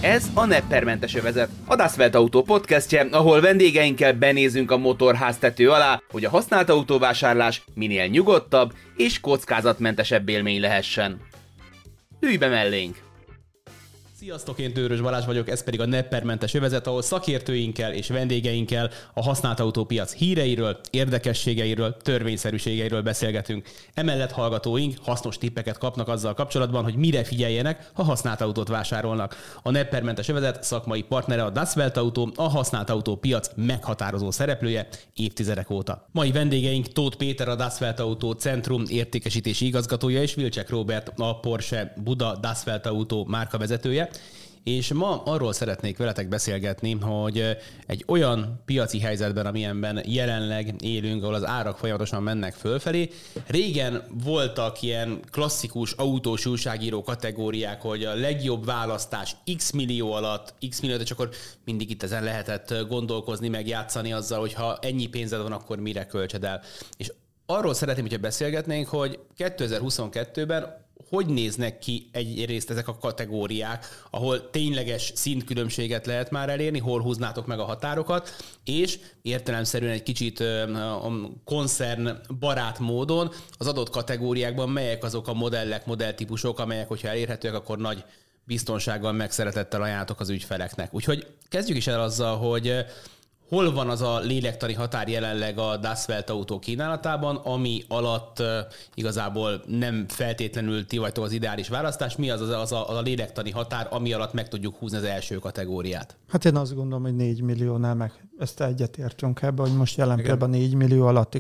Ez a neppermentes övezet, a Das Welt Autó podcastje, ahol vendégeinkkel benézünk a motorháztető alá, hogy a használt autóvásárlás minél nyugodtabb és kockázatmentesebb élmény lehessen. Ülj be mellénk! Sziasztok, én Tőrös Balázs vagyok, ez pedig a neppermentes övezet, ahol szakértőinkkel és vendégeinkkel a használt autópiac híreiről, érdekességeiről, törvényszerűségeiről beszélgetünk. Emellett hallgatóink hasznos tippeket kapnak azzal kapcsolatban, hogy mire figyeljenek, ha használt autót vásárolnak. A neppermentes övezet szakmai partnere a Das Welt Autó, a használt autópiac meghatározó szereplője évtizedek óta. Mai vendégeink Tóth Péter, a Das Welt Autó Centrum értékesítési igazgatója, és Vilcsek Róbert, a Porsche Buda Das Welt Autó márkavezetője. És ma arról szeretnék veletek beszélgetni, hogy egy olyan piaci helyzetben, amilyenben jelenleg élünk, ahol az árak folyamatosan mennek fölfelé. Régen voltak ilyen klasszikus autós újságíró kategóriák, hogy a legjobb választás x millió alatt, és akkor mindig itt ezen lehetett gondolkozni, meg játszani azzal, hogy ha ennyi pénzed van, akkor mire költsed el. És arról szeretném, hogyha beszélgetnénk, hogy 2022-ben hogy néznek ki egyrészt ezek a kategóriák, ahol tényleges szintkülönbséget lehet már elérni, hol húznátok meg a határokat, és értelemszerűen egy kicsit koncern barát módon az adott kategóriákban melyek azok a modellek, modelltípusok, amelyek, hogyha elérhetőek, akkor nagy biztonsággal, megszeretettel ajánlatok az ügyfeleknek. Úgyhogy kezdjük is el azzal, hogy hol van az a lélektani határ jelenleg a Das Welt Autó kínálatában, ami alatt igazából nem feltétlenül ti vagytok az ideális választás? Mi az a lélektani határ, ami alatt meg tudjuk húzni az első kategóriát? Hát én azt gondolom, hogy 4 milliónál meg ezt egyetértünk ebbe, hogy most jelen pillanatban 4 millió alatti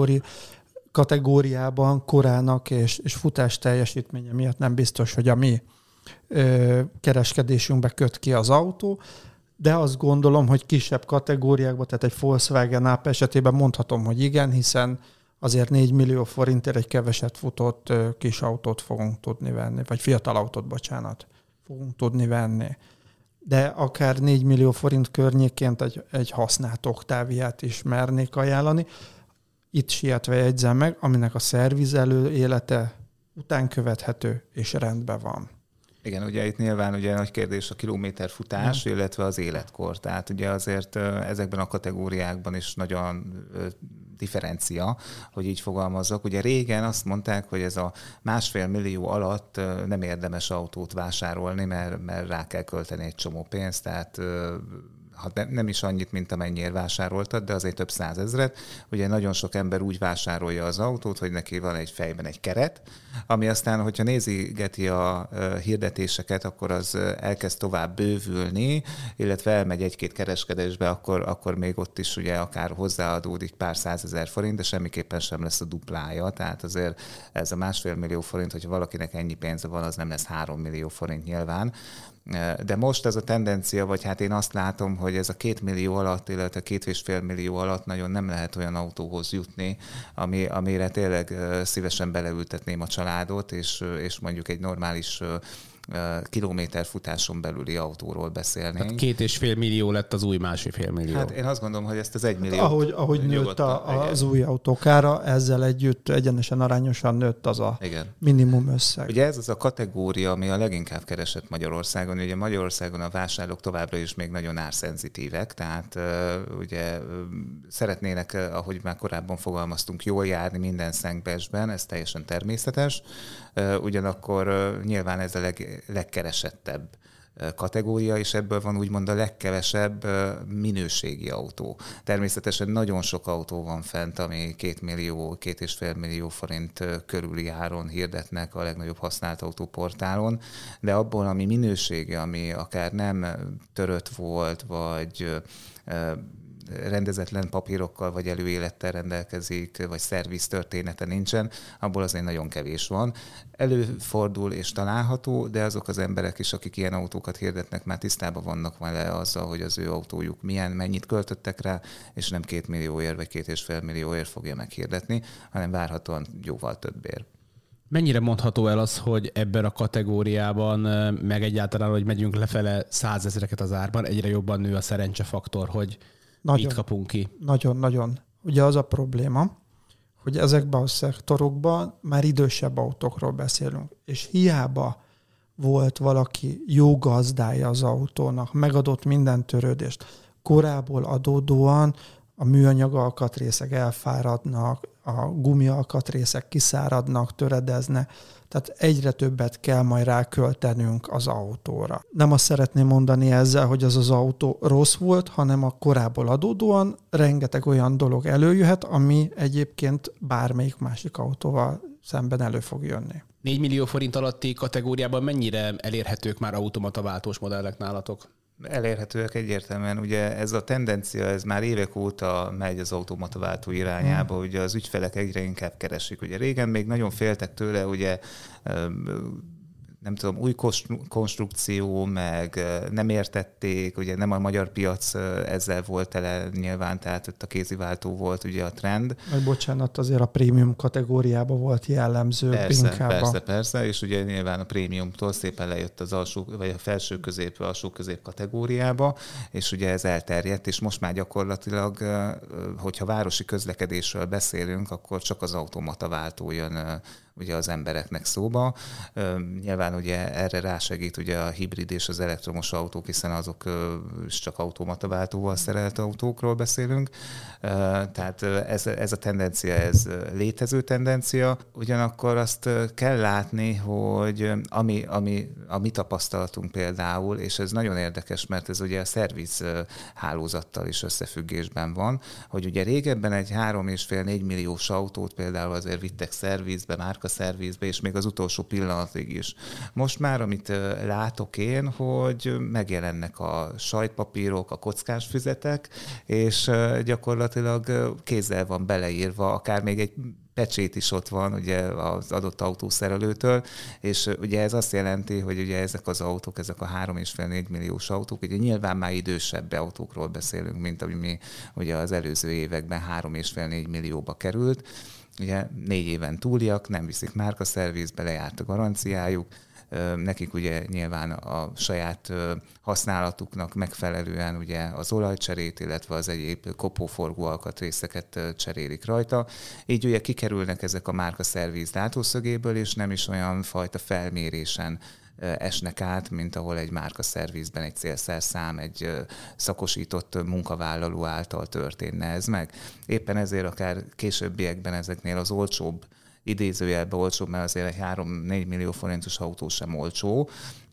kategóriában korának és futás teljesítménye miatt nem biztos, hogy a mi kereskedésünkbe köt ki az autó, de azt gondolom, hogy kisebb kategóriákban, tehát egy Volkswagen Up esetében mondhatom, hogy igen, hiszen azért 4 millió forintért egy keveset futott kis autót fogunk tudni venni, vagy fiatal autót, fogunk tudni venni. De akár 4 millió forint környéként egy használt Octaviát is mernék ajánlani. Itt sietve jegyzem meg, aminek a szervizelő élete után követhető és rendben van. Igen, ugye itt nyilván ugye nagy kérdés a kilométerfutás, illetve az életkor. Tehát ugye azért ezekben a kategóriákban is nagyon differencia, hogy így fogalmazzak. Ugye régen azt mondták, hogy ez a 1,5 millió alatt nem érdemes autót vásárolni, mert rá kell költeni egy csomó pénzt, tehát nem is annyit, mint amennyire vásároltad, de azért több százezret. Ugye nagyon sok ember úgy vásárolja az autót, hogy neki van egy fejben egy keret, ami aztán, hogyha nézigeti a hirdetéseket, akkor az elkezd tovább bővülni, illetve elmegy egy-két kereskedésbe, akkor még ott is ugye akár hozzáadódik pár százezer forint, de semmiképpen sem lesz a duplája. Tehát azért ez a 1,5 millió forint, hogyha valakinek ennyi pénze van, az nem lesz 3 millió forint nyilván. De most ez a tendencia, vagy hát én azt látom, hogy ez a 2 millió alatt, illetve 2,5 millió alatt nagyon nem lehet olyan autóhoz jutni, amire tényleg szívesen beleültetném a családot, és mondjuk egy normális kilométerfutáson belüli autóról beszélnénk. Tehát 2,5 millió lett az új 1,5 millió. Hát én azt gondolom, hogy ezt az 1 millió... Ahogy nőtt az új autókára, ezzel együtt egyenesen arányosan nőtt az a minimum összeg. Ugye ez az a kategória, ami a leginkább keresett Magyarországon. Ugye Magyarországon a vásárlók továbbra is még nagyon árszenzitívek, tehát ugye szeretnének, ahogy már korábban fogalmaztunk, jól járni minden szengbesben, ez teljesen természetes. Ugyanakkor nyilván ez a legkeresettebb kategória, és ebből van úgymond a legkevesebb minőségi autó. Természetesen nagyon sok autó van fent, ami 2 millió, 2,5 millió forint körüli áron hirdetnek a legnagyobb használt autóportálon, de abból, ami minősége, ami akár nem törött volt, vagy rendezetlen papírokkal vagy előélettel rendelkezik, vagy szerviz története nincsen, abból azért nagyon kevés van. Előfordul és található, de azok az emberek is, akik ilyen autókat hirdetnek, már tisztában vannak vele azzal, hogy az ő autójuk mennyit költöttek rá, és nem 2 millióért vagy 2,5 millióért fogja meghirdetni, hanem várhatóan jóval többért. Mennyire mondható el az, hogy ebben a kategóriában, meg egyáltalán, hogy megyünk lefele 100 000-eket az árban, egyre jobban nő a szerencsefaktor, hogy mit kapunk ki? Nagyon. Ugye az a probléma, hogy ezekben a szektorokban már idősebb autókról beszélünk, és hiába volt valaki jó gazdája az autónak, megadott minden törődést. Korából adódóan a műanyag alkatrészek elfáradnak, a gumi alkatrészek kiszáradnak, töredeznek, tehát egyre többet kell majd ráköltenünk az autóra. Nem azt szeretném mondani ezzel, hogy az autó rossz volt, hanem a korából adódóan rengeteg olyan dolog előjöhet, ami egyébként bármelyik másik autóval szemben elő fog jönni. 4 millió forint alatti kategóriában mennyire elérhetők már automata váltós modellek nálatok? Elérhetőek egyértelműen. Ugye ez a tendencia, ez már évek óta megy az automata váltó irányába, ugye az ügyfelek egyre inkább keresik. Ugye régen még nagyon féltek tőle, ugye nem tudom, új konstrukció, meg nem értették, ugye nem a magyar piac ezzel volt tele nyilván, tehát ott a kéziváltó volt ugye a trend. Bocsánat, azért a prémium kategóriában volt jellemző inkább. Persze, és ugye nyilván a prémiumtól szépen lejött az alsó, vagy a felső közép, alsó közép kategóriába, és ugye ez elterjedt, és most már gyakorlatilag, hogyha városi közlekedésről beszélünk, akkor csak az automata váltó jön ugye az embereknek szóba. Nyilván ugye erre rásegít ugye a hibrid és az elektromos autók, hiszen azok is csak automata váltóval szerelt autókról beszélünk. Tehát ez a tendencia, ez létező tendencia. Ugyanakkor azt kell látni, hogy a mi tapasztalatunk például, és ez nagyon érdekes, mert ez ugye a szerviz hálózattal is összefüggésben van, hogy ugye régebben egy 3,5-4 milliós autót például azért vittek szervizbe, márkaszervizbe, és még az utolsó pillanatig is. Most már, amit látok én, hogy megjelennek a sajtpapírok, a kockás füzetek, és gyakorlatilag kézzel van beleírva, akár még egy pecsét is ott van ugye az adott autószerelőtől, és ugye ez azt jelenti, hogy ugye ezek az autók, ezek a 3,5-4 milliós autók, ugye nyilván már idősebb autókról beszélünk, mint ami mi ugye az előző években 3,5-4 millióba került. Ugye 4 éven túliak, nem viszik márkaszervizbe, lejárt a garanciájuk, nekik ugye nyilván a saját használatuknak megfelelően ugye az olajcserét, illetve az egyéb kopóforgó alkatrészeket cserélik rajta. Így ugye kikerülnek ezek a márkaszerviz látószögéből, és nem is olyan fajta felmérésen esnek át, mint ahol egy márkaszervizben egy célszerszám, egy szakosított munkavállaló által történne ez meg. Éppen ezért akár későbbiekben ezeknél az olcsóbb, idézőjelben olcsóbb, mert azért egy 3-4 millió forintos autó sem olcsó,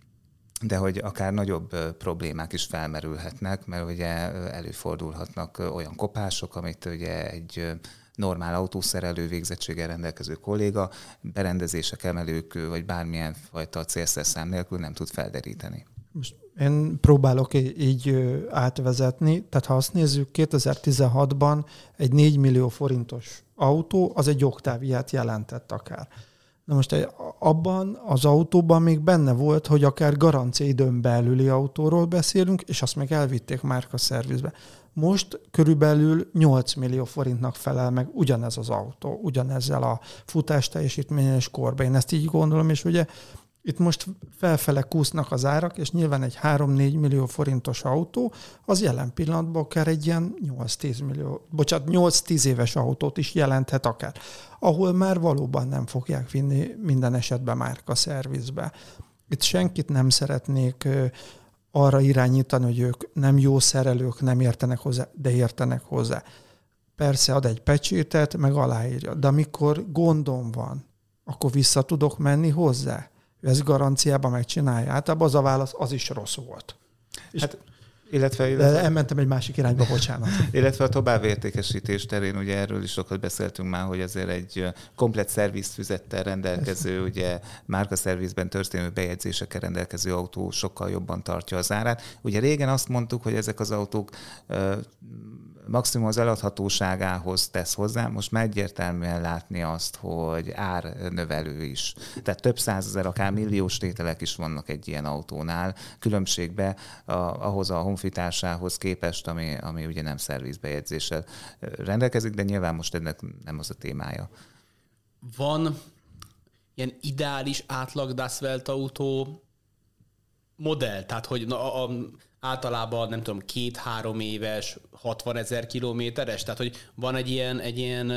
de hogy akár nagyobb problémák is felmerülhetnek, mert ugye előfordulhatnak olyan kopások, amit ugye egy normál autószerelő végzettséggel rendelkező kolléga berendezések, emelők, vagy bármilyen fajta célszerszám nélkül nem tud felderíteni. Most én próbálok így átvezetni, tehát ha azt nézzük, 2016-ban egy 4 millió forintos autó, az egy Octaviát jelentett akár. Na most abban az autóban még benne volt, hogy akár garanciaidőn belüli autóról beszélünk, és azt még elvitték márkaszervizbe. Most körülbelül 8 millió forintnak felel meg ugyanez az autó, ugyanezzel a futásteljesítménnyel és korba. Én ezt így gondolom, és ugye itt most felfele kúsznak az árak, és nyilván egy 3-4 millió forintos autó, az jelen pillanatban akár egy ilyen 8-10 éves autót is jelenthet akár, ahol már valóban nem fogják vinni minden esetben márkaszervizbe. Itt senkit nem szeretnék arra irányítani, hogy ők nem jó szerelők, nem értenek hozzá, de értenek hozzá. Persze ad egy pecsétet, meg aláírja, de amikor gondom van, akkor vissza tudok menni hozzá. Ő ezt garanciában megcsinálja. Általában az a válasz, az is rossz volt. Hát, illetve de elmentem egy másik irányba, bocsánat. Illetve a továbbértékesítés terén, ugye erről is sokat beszéltünk már, hogy azért egy komplett szervizfüzettel rendelkező, ugye márkaszervizben történő bejegyzésekkel rendelkező autó sokkal jobban tartja az árát. Ugye régen azt mondtuk, hogy ezek az autók maximum az eladhatóságához tesz hozzá, most már egyértelműen látni azt, hogy árnövelő is. Tehát több százezer, akár milliós tételek is vannak egy ilyen autónál, különbségbe ahhoz a honfitársához képest, ami ugye nem szervizbejegyzéssel rendelkezik, de nyilván most ennek nem az a témája. Van ilyen ideális átlag Das Welt autó modell, tehát hogy általában nem tudom, 2-3 éves, 60 000 kilométeres, tehát hogy van egy ilyen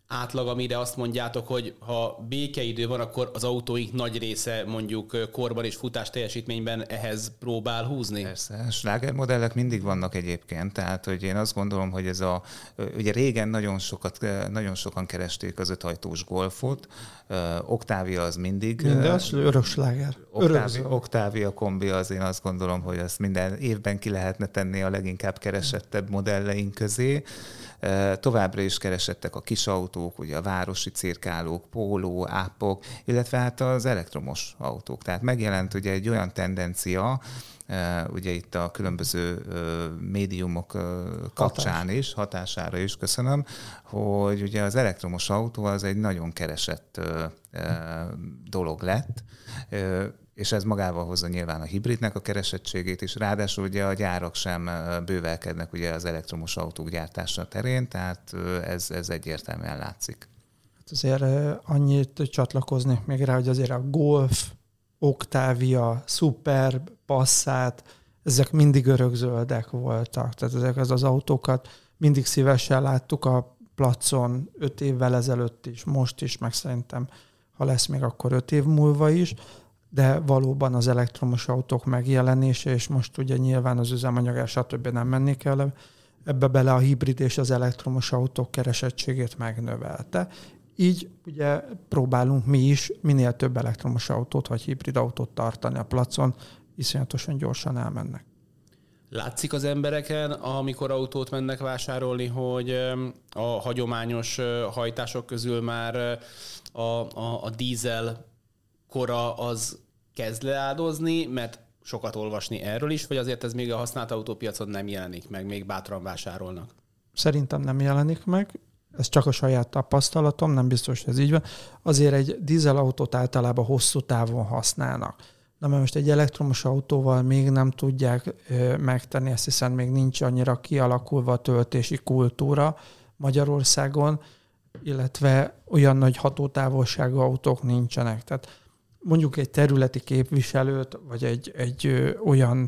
átlag, amire azt mondjátok, hogy ha békeidő van, akkor az autóink nagy része mondjuk korban és futás teljesítményben ehhez próbál húzni? Persze, slágermodellek mindig vannak egyébként, tehát hogy én azt gondolom, hogy ez ugye régen nagyon sokan keresték az 5-ajtós Golfot, Octavia az mindig... Minden örök sláger. Octavia kombi az, én azt gondolom, hogy azt minden évben ki lehetne tenni a leginkább keresettebb modelleink közé. Továbbra is keresettek a kis autók, ugye a városi cirkálók, póló, ápok, illetve hát az elektromos autók. Tehát megjelent ugye egy olyan tendencia, ugye itt a különböző médiumok kapcsán is, hatására is, köszönöm, hogy ugye az elektromos autó az egy nagyon keresett dolog lett, és ez magával hozza nyilván a hibridnek a keresettségét is, ráadásul ugye a gyárak sem bővelkednek ugye az elektromos autók gyártása terén, tehát ez egyértelműen látszik. Hát azért annyit csatlakoznék még rá, hogy azért a Golf, Octavia, Superb, Passat, ezek mindig örökzöldek voltak. Tehát ezek az autókat mindig szívesen láttuk a placon 5 évvel ezelőtt is, most is, meg szerintem, ha lesz még akkor 5 év múlva is, de valóban az elektromos autók megjelenése, és most ugye nyilván az üzemanyag, stb. Nem mennék el ebbe bele, a hibrid és az elektromos autók keresettségét megnövelte. Így ugye próbálunk mi is minél több elektromos autót vagy hibrid autót tartani a placon, iszonyatosan gyorsan elmennek. Látszik az embereken, amikor autót mennek vásárolni, hogy a hagyományos hajtások közül már a dízel kora az kezd leáldozni, mert sokat olvasni erről is, vagy azért ez még a használt autópiacon nem jelenik meg, még bátran vásárolnak? Szerintem nem jelenik meg. Ez csak a saját tapasztalatom, nem biztos, hogy ez így van. Azért egy dízelautót általában hosszú távon használnak. Na mert most egy elektromos autóval még nem tudják megtenni ezt, hiszen még nincs annyira kialakulva a töltési kultúra Magyarországon, illetve olyan nagy hatótávolságú autók nincsenek. Tehát mondjuk egy területi képviselőt, vagy egy olyan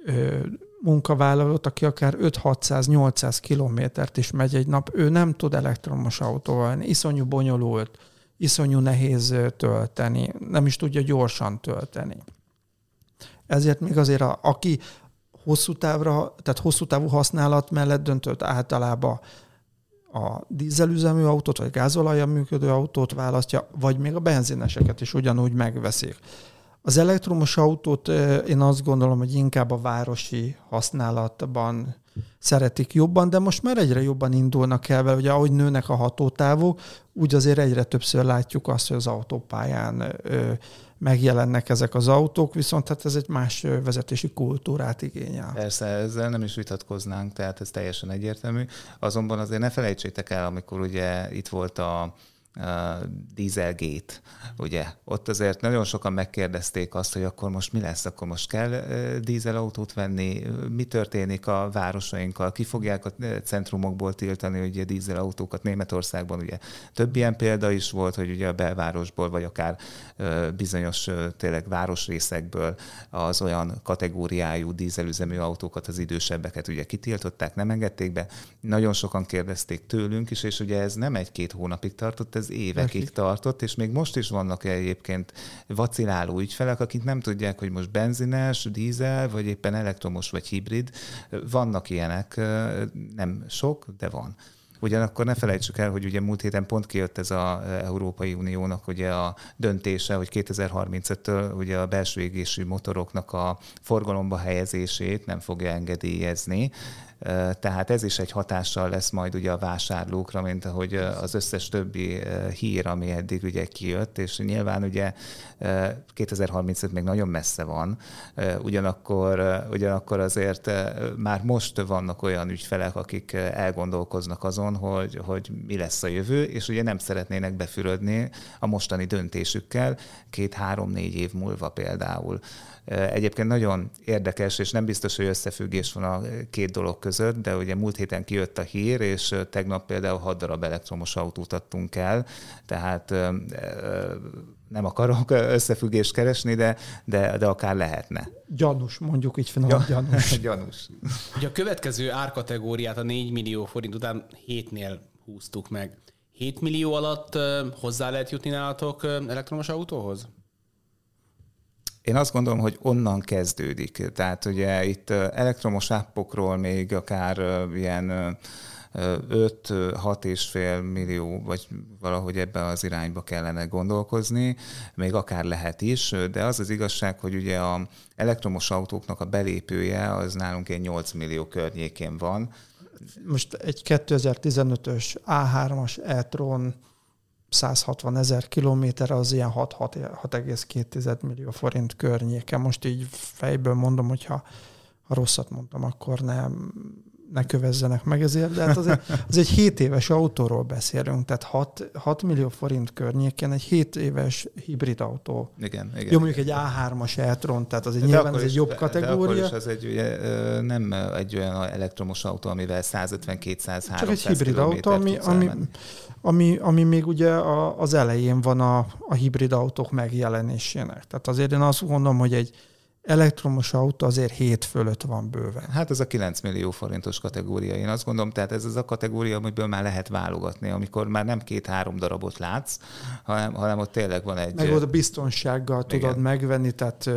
munkavállalót, aki akár 5-600-800 kilométert is megy egy nap, ő nem tud elektromos autóval menni. Iszonyú bonyolult, iszonyú nehéz tölteni, nem is tudja gyorsan tölteni. Ezért még azért aki hosszú távú használat mellett döntött, általában a dízelüzemű autót, vagy gázolajjal működő autót választja, vagy még a benzineseket is ugyanúgy megveszik. Az elektromos autót én azt gondolom, hogy inkább a városi használatban szeretik jobban, de most már egyre jobban indulnak el vele, hogy ahogy nőnek a hatótávok, úgy azért egyre többször látjuk azt, hogy az autópályán megjelennek ezek az autók, viszont hát ez egy más vezetési kultúrát igényel. Persze, ezzel nem is vitatkoznánk, tehát ez teljesen egyértelmű. Azonban azért ne felejtsétek el, amikor ugye itt volt a Dieselgate, ugye? Ott azért nagyon sokan megkérdezték azt, hogy akkor most mi lesz, akkor most kell dízelautót venni, mi történik a városainkkal, ki fogják a centrumokból tiltani ugye dízelautókat. Németországban ugye több ilyen példa is volt, hogy ugye a belvárosból, vagy akár bizonyos tényleg városrészekből az olyan kategóriájú dízelüzemű autókat, az idősebbeket ugye kitiltották, nem engedték be. Nagyon sokan kérdezték tőlünk is, és ugye ez nem 1-2 hónapig tartott, ez évekig tartott, és még most is vannak egyébként vaciláló ügyfelek, akik nem tudják, hogy most benzines, dízel, vagy éppen elektromos, vagy hibrid. Vannak ilyenek, nem sok, de van. Ugyanakkor ne felejtsük el, hogy ugye múlt héten pont kijött ez az Európai Uniónak ugye a döntése, hogy 2035-től ugye a belső égésű motoroknak a forgalomba helyezését nem fogja engedélyezni. Tehát ez is egy hatással lesz majd ugye a vásárlókra, mint ahogy az összes többi hír, ami eddig ugye kijött, és nyilván ugye 2035 még nagyon messze van, ugyanakkor azért már most vannak olyan ügyfelek, akik elgondolkoznak azon, hogy mi lesz a jövő, és ugye nem szeretnének befürödni a mostani döntésükkel 2-3-4 év múlva például. Egyébként nagyon érdekes, és nem biztos, hogy összefüggés van a két dolog között, de ugye múlt héten kijött a hír, és tegnap például 6 darab elektromos autót adtunk el, tehát nem akarok összefüggést keresni, de akár lehetne. Gyanús, mondjuk így finoman, gyanús. Gyanús. Ugye a következő árkategóriát a 4 millió forint után 7-nél húztuk meg. 7 millió alatt hozzá lehet jutni nálatok elektromos autóhoz? Én azt gondolom, hogy onnan kezdődik. Tehát ugye itt elektromos appokról még akár ilyen 5-6,5 millió, vagy valahogy ebben az irányba kellene gondolkozni, még akár lehet is, de az az igazság, hogy ugye az elektromos autóknak a belépője az nálunk egy 8 millió környékén van. Most egy 2015-ös A3-as e-tron 160 000 kilométer az ilyen 6,2 millió forint környéke. Most így fejből mondom, hogyha rosszat mondtam, akkor ne kövezzenek meg ezért, de hát az egy 7 éves autóról beszélünk, tehát 6 millió forint környéken egy 7 éves hibrid autó. Igen. Jó, mondjuk egy A3-as e-tron, tehát azért nyilván ez egy jobb kategória. De akkor is az nem egy olyan elektromos autó, amivel 150-200-300 csak egy hibrid autó, ami még ugye az elején van a hibrid autók megjelenésének. Tehát azért én azt gondolom, hogy egy elektromos autó azért 7 fölött van bőven. Hát ez a 9 millió forintos kategória, én azt gondolom, tehát ez az a kategória, amiből már lehet válogatni, amikor már nem 2-3 darabot látsz, hanem ott tényleg van egy... Meg ott a biztonsággal tudod megvenni, tehát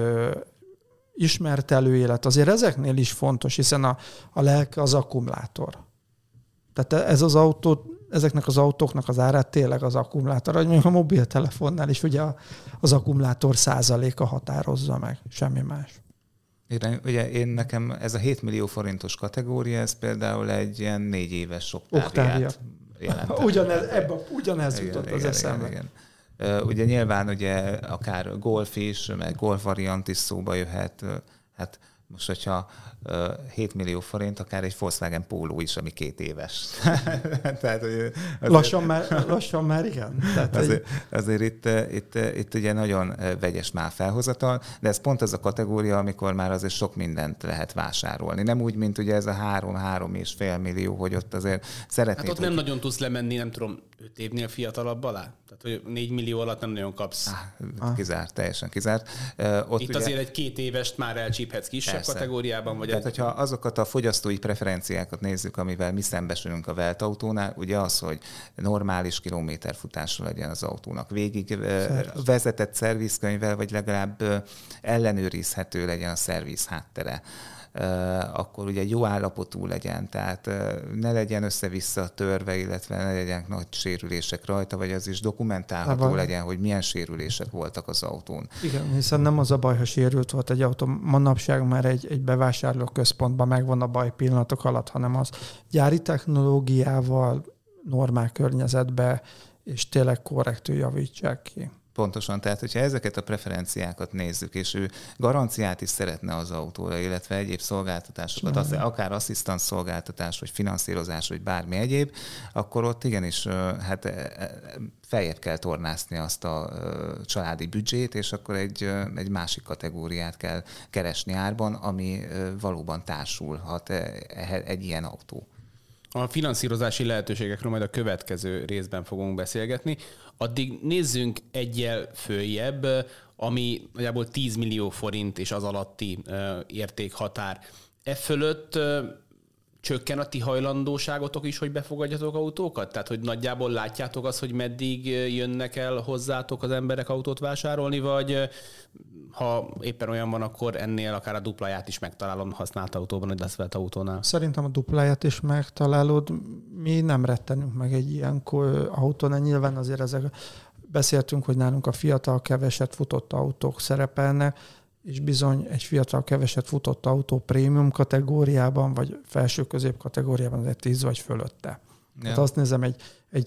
ismert előélet. Azért ezeknél is fontos, hiszen a lelke az akkumulátor. Tehát ez az autó, ezeknek az autóknak az árát tényleg az akkumulátor, vagy mondjuk a mobiltelefonnál is ugye az akkumulátor százaléka határozza meg, semmi más. Ugye nekem ez a 7 millió forintos kategória, ez például egy ilyen 4 éves Octaviát jelent. Ugyanez jutott az eszembe. Igen. Ugye nyilván ugye akár Golf is, meg Golf variant is szóba jöhet. Hát most, hogyha 7 millió forint, akár egy Volkswagen Polo is, ami 2 éves. Tehát, lassan már igen. Tehát azért itt ugye nagyon vegyes már felhozatal, de ez pont az a kategória, amikor már azért sok mindent lehet vásárolni. Nem úgy, mint ugye ez a 3,5 millió, hogy ott azért szeretnéd... Hát ott nem nagyon tudsz lemenni, nem tudom, 5 évnél fiatalabb alá? Tehát, hogy 4 millió alatt nem nagyon kapsz. Kizárt, teljesen kizárt. Ott itt ugye... azért egy 2 évest már elcsíphetsz kisebb kategóriában. Vagy tehát, hogyha azokat a fogyasztói preferenciákat nézzük, amivel mi szembesülünk a Welt autónál, ugye az, hogy normális kilométerfutásra legyen az autónak. Végig vezetett szervizkönyvvel, vagy legalább ellenőrizhető legyen a szerviz háttere. Akkor ugye jó állapotú legyen, tehát ne legyen össze-vissza törve, illetve ne legyenek nagy sérülések rajta, vagy az is dokumentálható legyen, hogy milyen sérülések voltak az autón. Igen, hiszen nem az a baj, ha sérült volt egy autó, manapság már egy bevásárlóközpontban megvan a baj pillanatok alatt, hanem az gyári technológiával, normál környezetbe, és tényleg korrektül javítsák ki. Pontosan, tehát hogyha ezeket a preferenciákat nézzük, és ő garanciát is szeretne az autóra, illetve egyéb szolgáltatásokat, akár asszisztans szolgáltatás, vagy finanszírozás, vagy bármi egyéb, akkor ott igenis hát feljebb kell tornászni azt a családi büdzsét, és akkor egy másik kategóriát kell keresni árban, ami valóban társulhat egy ilyen autó. A finanszírozási lehetőségekről majd a következő részben fogunk beszélgetni. Addig nézzünk egyel följebb, ami nagyjából 10 millió forint és az alatti értékhatár. E fölött csökken a ti hajlandóságotok is, hogy befogadjatok autókat? Tehát, hogy nagyjából látjátok azt, hogy meddig jönnek el hozzátok az emberek autót vásárolni, vagy ha éppen olyan van, akkor ennél akár a dupláját is megtalálom használt autóban, vagy lesz vett autónál? Szerintem a dupláját is megtalálod. Mi nem rettenünk meg egy ilyen autónál. Nyilván azért beszéltünk, hogy nálunk a fiatal, keveset futott autók szerepelnek, és bizony egy fiatal, keveset futott autó prémium kategóriában, vagy felső közép kategóriában, egy 10 vagy fölötte. Ja. Tehát azt nézem, egy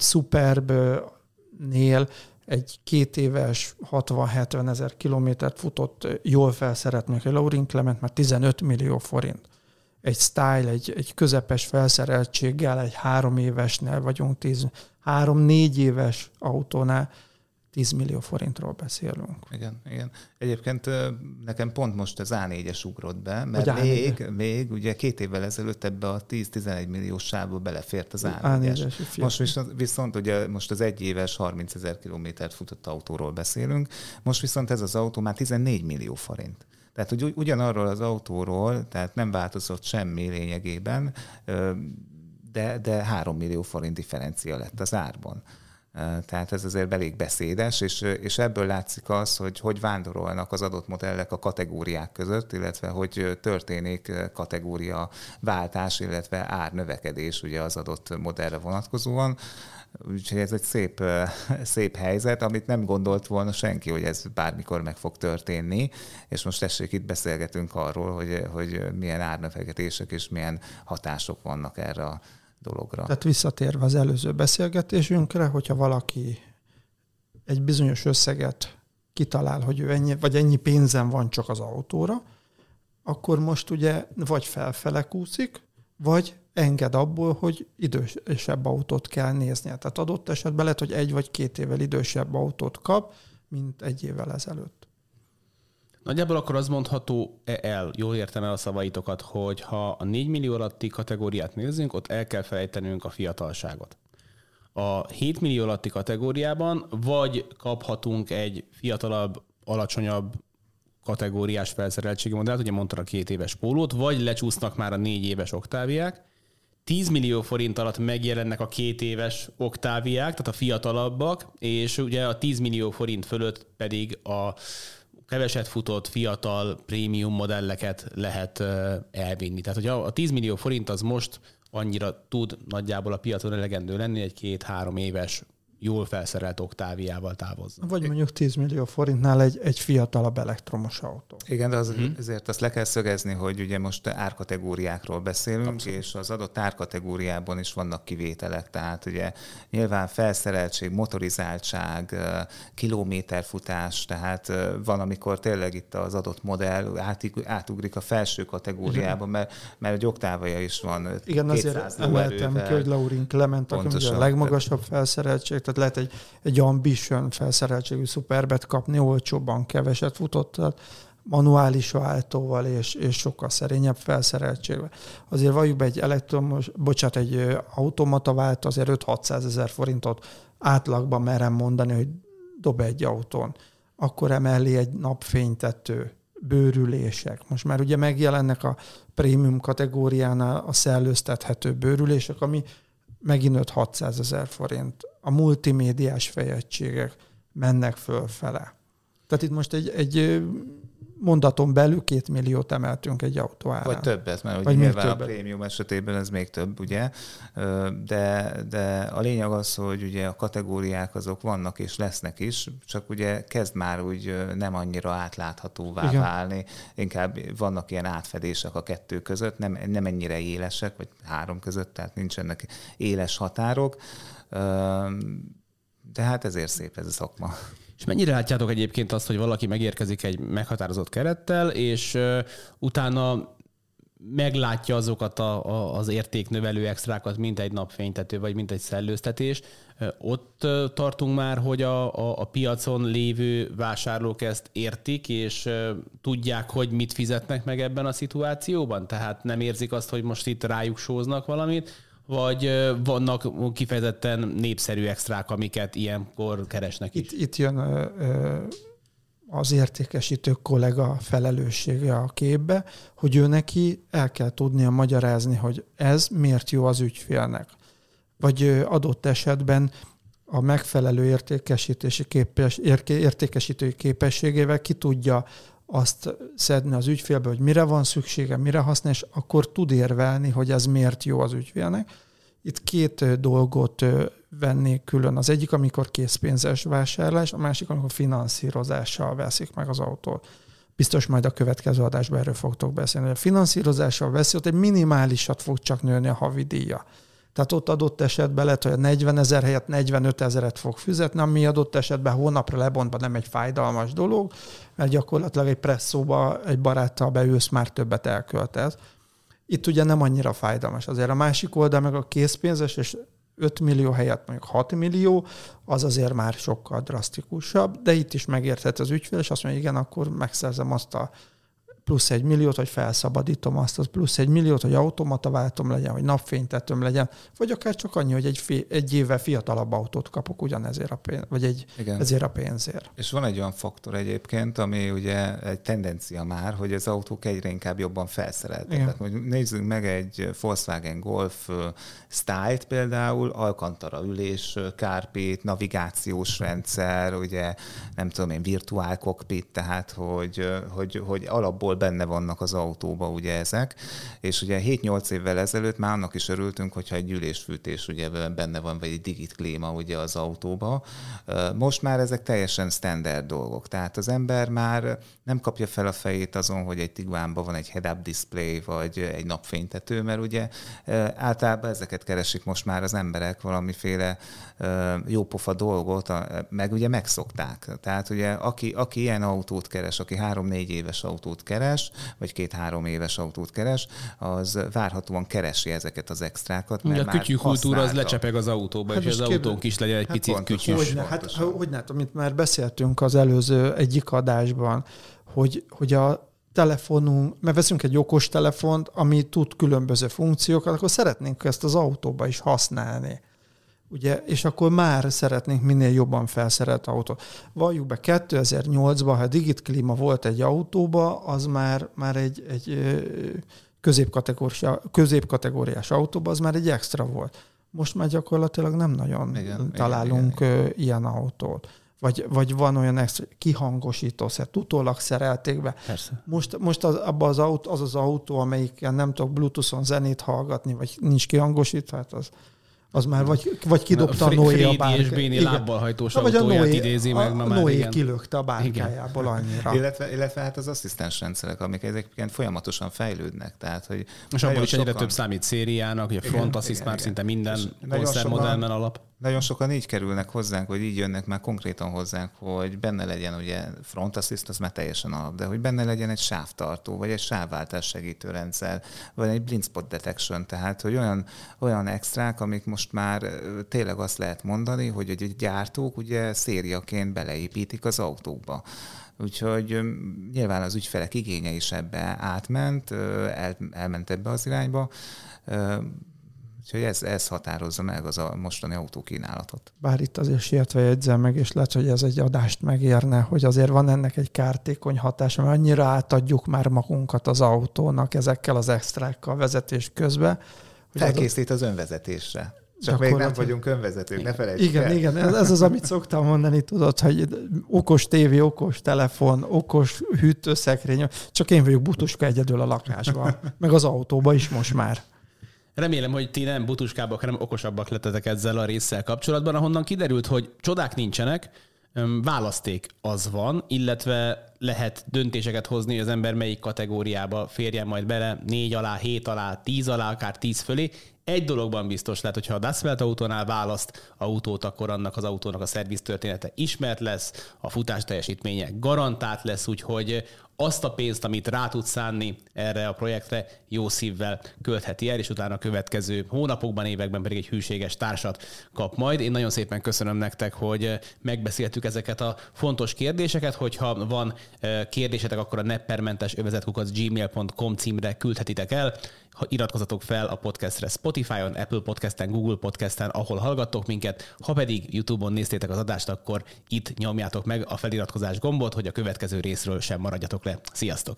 Superb-nél egy 2 éves 60-70 ezer kilométert futott, jól felszerelt, egy Laurent Clement már 15 millió forint. Egy Style, egy közepes felszereltséggel, egy 3 évesnél vagyunk 3-4 éves autónál 10 millió forintról beszélünk. Igen. Egyébként nekem pont most az A4-es ugrott be, mert még ugye 2 évvel ezelőtt ebbe a 10-11 milliós sávba belefért az A4-es. Most viszont ugye most az 1 éves 30 000 kilométert futott autóról beszélünk, most viszont ez az autó már 14 millió forint. Tehát hogy ugyanarról az autóról, tehát nem változott semmi lényegében, de 3 millió forint differencia lett az árban. Tehát ez azért elég beszédes, és ebből látszik az, hogy vándorolnak az adott modellek a kategóriák között, illetve hogy történik kategória váltás, illetve árnövekedés ugye az adott modellre vonatkozóan. Úgyhogy ez egy szép helyzet, amit nem gondolt volna senki, hogy ez bármikor meg fog történni, és most tessék, itt beszélgetünk arról, hogy milyen árnövekedések és milyen hatások vannak erre a dologra. Tehát visszatérve az előző beszélgetésünkre, hogyha valaki egy bizonyos összeget kitalál, hogy ő ennyi pénzen van csak az autóra, akkor most ugye vagy felfele kúszik, vagy enged abból, hogy idősebb autót kell néznie. Tehát adott esetben lehet, hogy 1 vagy 2 évvel idősebb autót kap, mint 1 évvel ezelőtt. Nagyjából akkor az mondható el, jól értem el a szavaitokat, hogy ha a 4 millió alatti kategóriát nézzünk, ott el kell felejtenünk a fiatalságot. A 7 millió alatti kategóriában vagy kaphatunk egy fiatalabb, alacsonyabb kategóriás felszereltségi modellt, ugye mondtad a 2 éves pólót, vagy lecsúsznak már a 4 éves oktáviák. 10 millió forint alatt megjelennek a 2 éves oktáviák, tehát a fiatalabbak, és ugye a 10 millió forint fölött pedig a keveset futott, fiatal, prémium modelleket lehet elvinni. Tehát, hogy a 10 millió forint az most annyira tud nagyjából a piacon elegendő lenni, egy 2-3 éves jól felszerelt oktáviával távozza. Vagy mondjuk 10 millió forintnál egy fiatalabb elektromos autó. Igen, de ezért azt le kell szögezni, hogy ugye most árkategóriákról beszélünk, abszolút. És az adott árkategóriában is vannak kivételek, tehát ugye nyilván felszereltség, motorizáltság, kilométerfutás, tehát van, amikor tényleg itt az adott modell átugrik a felső kategóriában, mert egy oktávja is van. Igen, azért emeltem ki, hogy Laurink lement, aki a legmagasabb felszereltség, tehát lehet egy Ambition felszereltségű Superbet kapni olcsóbban, keveset futott, manuális váltóval és sokkal szerényebb felszereltségvel. Azért valljuk be egy automata váltó azért 5-600 ezer forintot átlagban merem mondani, hogy dob egy autón. Akkor emellé egy napfénytető, bőrülések. Most már ugye megjelennek a prémium kategóriánál a szellőztethető bőrülések, ami megint 5-600 ezer forint. A multimédiás fejegységek mennek fölfele. Tehát itt most egy mondaton belül 2 milliót emeltünk egy autó árán. Vagy többet, mert ugye nyilván a prémium esetében ez még több, ugye? De a lényeg az, hogy ugye a kategóriák azok vannak és lesznek is, csak ugye kezd már úgy nem annyira átláthatóvá válni. Inkább vannak ilyen átfedések a 2 között, nem ennyire élesek, vagy 3 között, tehát nincsenek éles határok. De hát ezért szép ez a szakma. És mennyire látjátok egyébként azt, hogy valaki megérkezik egy meghatározott kerettel, és utána meglátja azokat az értéknövelő extrákat, mint egy napfénytető, vagy mint egy szellőztetés. Ott tartunk már, hogy a piacon lévő vásárlók ezt értik, és tudják, hogy mit fizetnek meg ebben a szituációban? Tehát nem érzik azt, hogy most itt rájuk sóznak valamit, vagy vannak kifejezetten népszerű extrák, amiket ilyenkor keresnek is? Itt jön az értékesítő kollega felelőssége a képbe, hogy ő neki el kell tudnia magyarázni, hogy ez miért jó az ügyfélnek. Vagy adott esetben a megfelelő értékesítői képességével ki tudja azt szedni az ügyfélbe, hogy mire van szüksége, mire használ, és akkor tud érvelni, hogy ez miért jó az ügyfélnek. Itt 2 dolgot vennék külön. Az egyik, amikor készpénzes vásárlás, a másik, amikor finanszírozással veszik meg az autót. Biztos majd a következő adásban erről fogtok beszélni. A finanszírozással veszi, ott egy minimálisat fog csak nőni a havidíja. Tehát ott adott esetben lehet, hogy a 40 000 helyett 45 000 fog fizetni, ami adott esetben hónapra lebontva nem egy fájdalmas dolog, mert gyakorlatilag egy presszóba egy baráttal beülsz, már többet elköltesz. Itt ugye nem annyira fájdalmas. Azért a másik oldal meg a készpénzes, és 5 millió helyett mondjuk 6 millió, az azért már sokkal drasztikusabb, de itt is megérthet az ügyfél, és azt mondja, igen, akkor megszerzem azt a plusz 1 milliót, hogy felszabadítom azt, az plusz 1 milliót, hogy automataváltom legyen, hogy napfénytetőm legyen, vagy akár csak annyi, hogy egy évvel fiatalabb autót kapok ugyanezért a pénz, vagy ezért a pénzért. És van egy olyan faktor egyébként, ami ugye egy tendencia már, hogy az autók egyre inkább jobban felszereltek. Tehát mondjuk nézzünk meg egy Volkswagen Golf Style-t például, Alcantara ülés, kárpit, navigációs rendszer, ugye nem tudom én, virtuál cockpit, tehát hogy alapból benne vannak az autóba ugye ezek, és ugye 7-8 évvel ezelőtt már annak is örültünk, hogyha egy gyűlésfűtés ugye benne van, vagy egy digitklíma ugye az autóba. Most már ezek teljesen standard dolgok, tehát az ember már nem kapja fel a fejét azon, hogy egy Tiguanban van egy head-up display, vagy egy napfénytető, mert ugye általában ezeket keresik most már az emberek, valamiféle jópofa dolgot, meg ugye megszokták. Tehát ugye aki ilyen autót keres, aki 3-4 éves autót keres, vagy 2-3 éves autót keres, az várhatóan keresi ezeket az extrákat, mert ugye a kütyűkultúra az lecsepeg az autóba, és az autónk is legyen egy picit kütyűs. Hogyne, amit már beszéltünk az előző egyik adásban, hogy a telefonunk, mert veszünk egy okos telefont, ami tud különböző funkciókat, akkor szeretnénk ezt az autóba is használni. Ugye, és akkor már szeretnénk minél jobban felszerelt autót. Valljuk be, 2008-ban, ha digitklíma volt egy autóba, az már egy középkategóriás autóba, az már egy extra volt. Most már gyakorlatilag nem nagyon találunk ilyen autót. Vagy van olyan extra kihangosítószer, utólag szerelték be. Persze. Most abban az autó, amelyikkel nem tudok Bluetooth-on zenét hallgatni, vagy nincs kihangosítva, hát az már vagy kidobta a Noé a bárkájából. és Béni lábbal hajtós autóját idézi meg. A Noé kilökte a bárkájából annyira. Illetve hát az asszisztens rendszerek, amik egyébként folyamatosan fejlődnek. Tehát, hogy és abból is egyre több számít szériának, hogy a front assist már szinte minden modellben alap. Nagyon sokan így kerülnek hozzánk, vagy így jönnek már konkrétan hozzánk, hogy benne legyen ugye front assist, az már teljesen alap, de hogy benne legyen egy sávtartó, vagy egy sávváltás segítő rendszer, vagy egy blind spot detection, tehát hogy olyan extrák, amik most már tényleg azt lehet mondani, hogy a gyártók ugye szériaként beleépítik az autókba. Úgyhogy nyilván az ügyfelek igénye is ebbe átment, elment ebbe az irányba. Úgyhogy ez határozza meg az a mostani autókínálatot. Bár itt azért sietve jegyzem meg, és lehet, hogy ez egy adást megérne, hogy azért van ennek egy kártékony hatása, mert annyira átadjuk már magunkat az autónak ezekkel az extrákkal vezetés közben. Felkészít az önvezetésre. Csak még nem vagyunk önvezetők, ne felejtsük el. Igen, ez az, amit szoktam mondani, tudod, hogy okos tévé, okos telefon, okos hűtőszekrény, csak én vagyok butuska egyedül a lakásban, meg az autóban is most már. Remélem, hogy ti nem butuskábbak, hanem okosabbak lettetek ezzel a résszel kapcsolatban, ahonnan kiderült, hogy csodák nincsenek, választék az van, illetve lehet döntéseket hozni, hogy az ember melyik kategóriába férjen majd bele, 4 alá, 7 alá, 10 alá, akár 10 fölé. Egy dologban biztos lehet, hogyha a Das Welt autónál választ autót, akkor annak az autónak a szerviztörténete ismert lesz, a futás teljesítménye garantált lesz, úgyhogy azt a pénzt, amit rá tud szánni erre a projektre, jó szívvel költheti el, és utána a következő hónapokban, években pedig egy hűséges társat kap majd. Én nagyon szépen köszönöm nektek, hogy megbeszéltük ezeket a fontos kérdéseket. Hogyha van kérdésetek, akkor a neppermentesövezet@gmail.com címre küldhetitek el. Ha iratkozzatok fel a podcastre Spotify-on, Apple Podcasten, Google Podcasten, ahol hallgattok minket. Ha pedig YouTube-on néztétek az adást, akkor itt nyomjátok meg a feliratkozás gombot, hogy a következő részről sem maradjatok le. Sziasztok!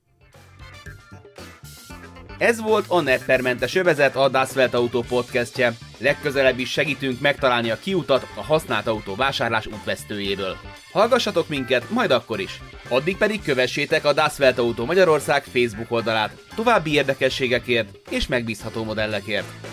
Ez volt a Neppermentes övezet, a Das Welt Autó podcastje. Legközelebb is segítünk megtalálni a kiutat a használt autó vásárlás útvesztőjéből. Hallgassatok minket, majd akkor is. Addig pedig kövessétek a Das Welt Autó Magyarország Facebook oldalát további érdekességekért és megbízható modellekért.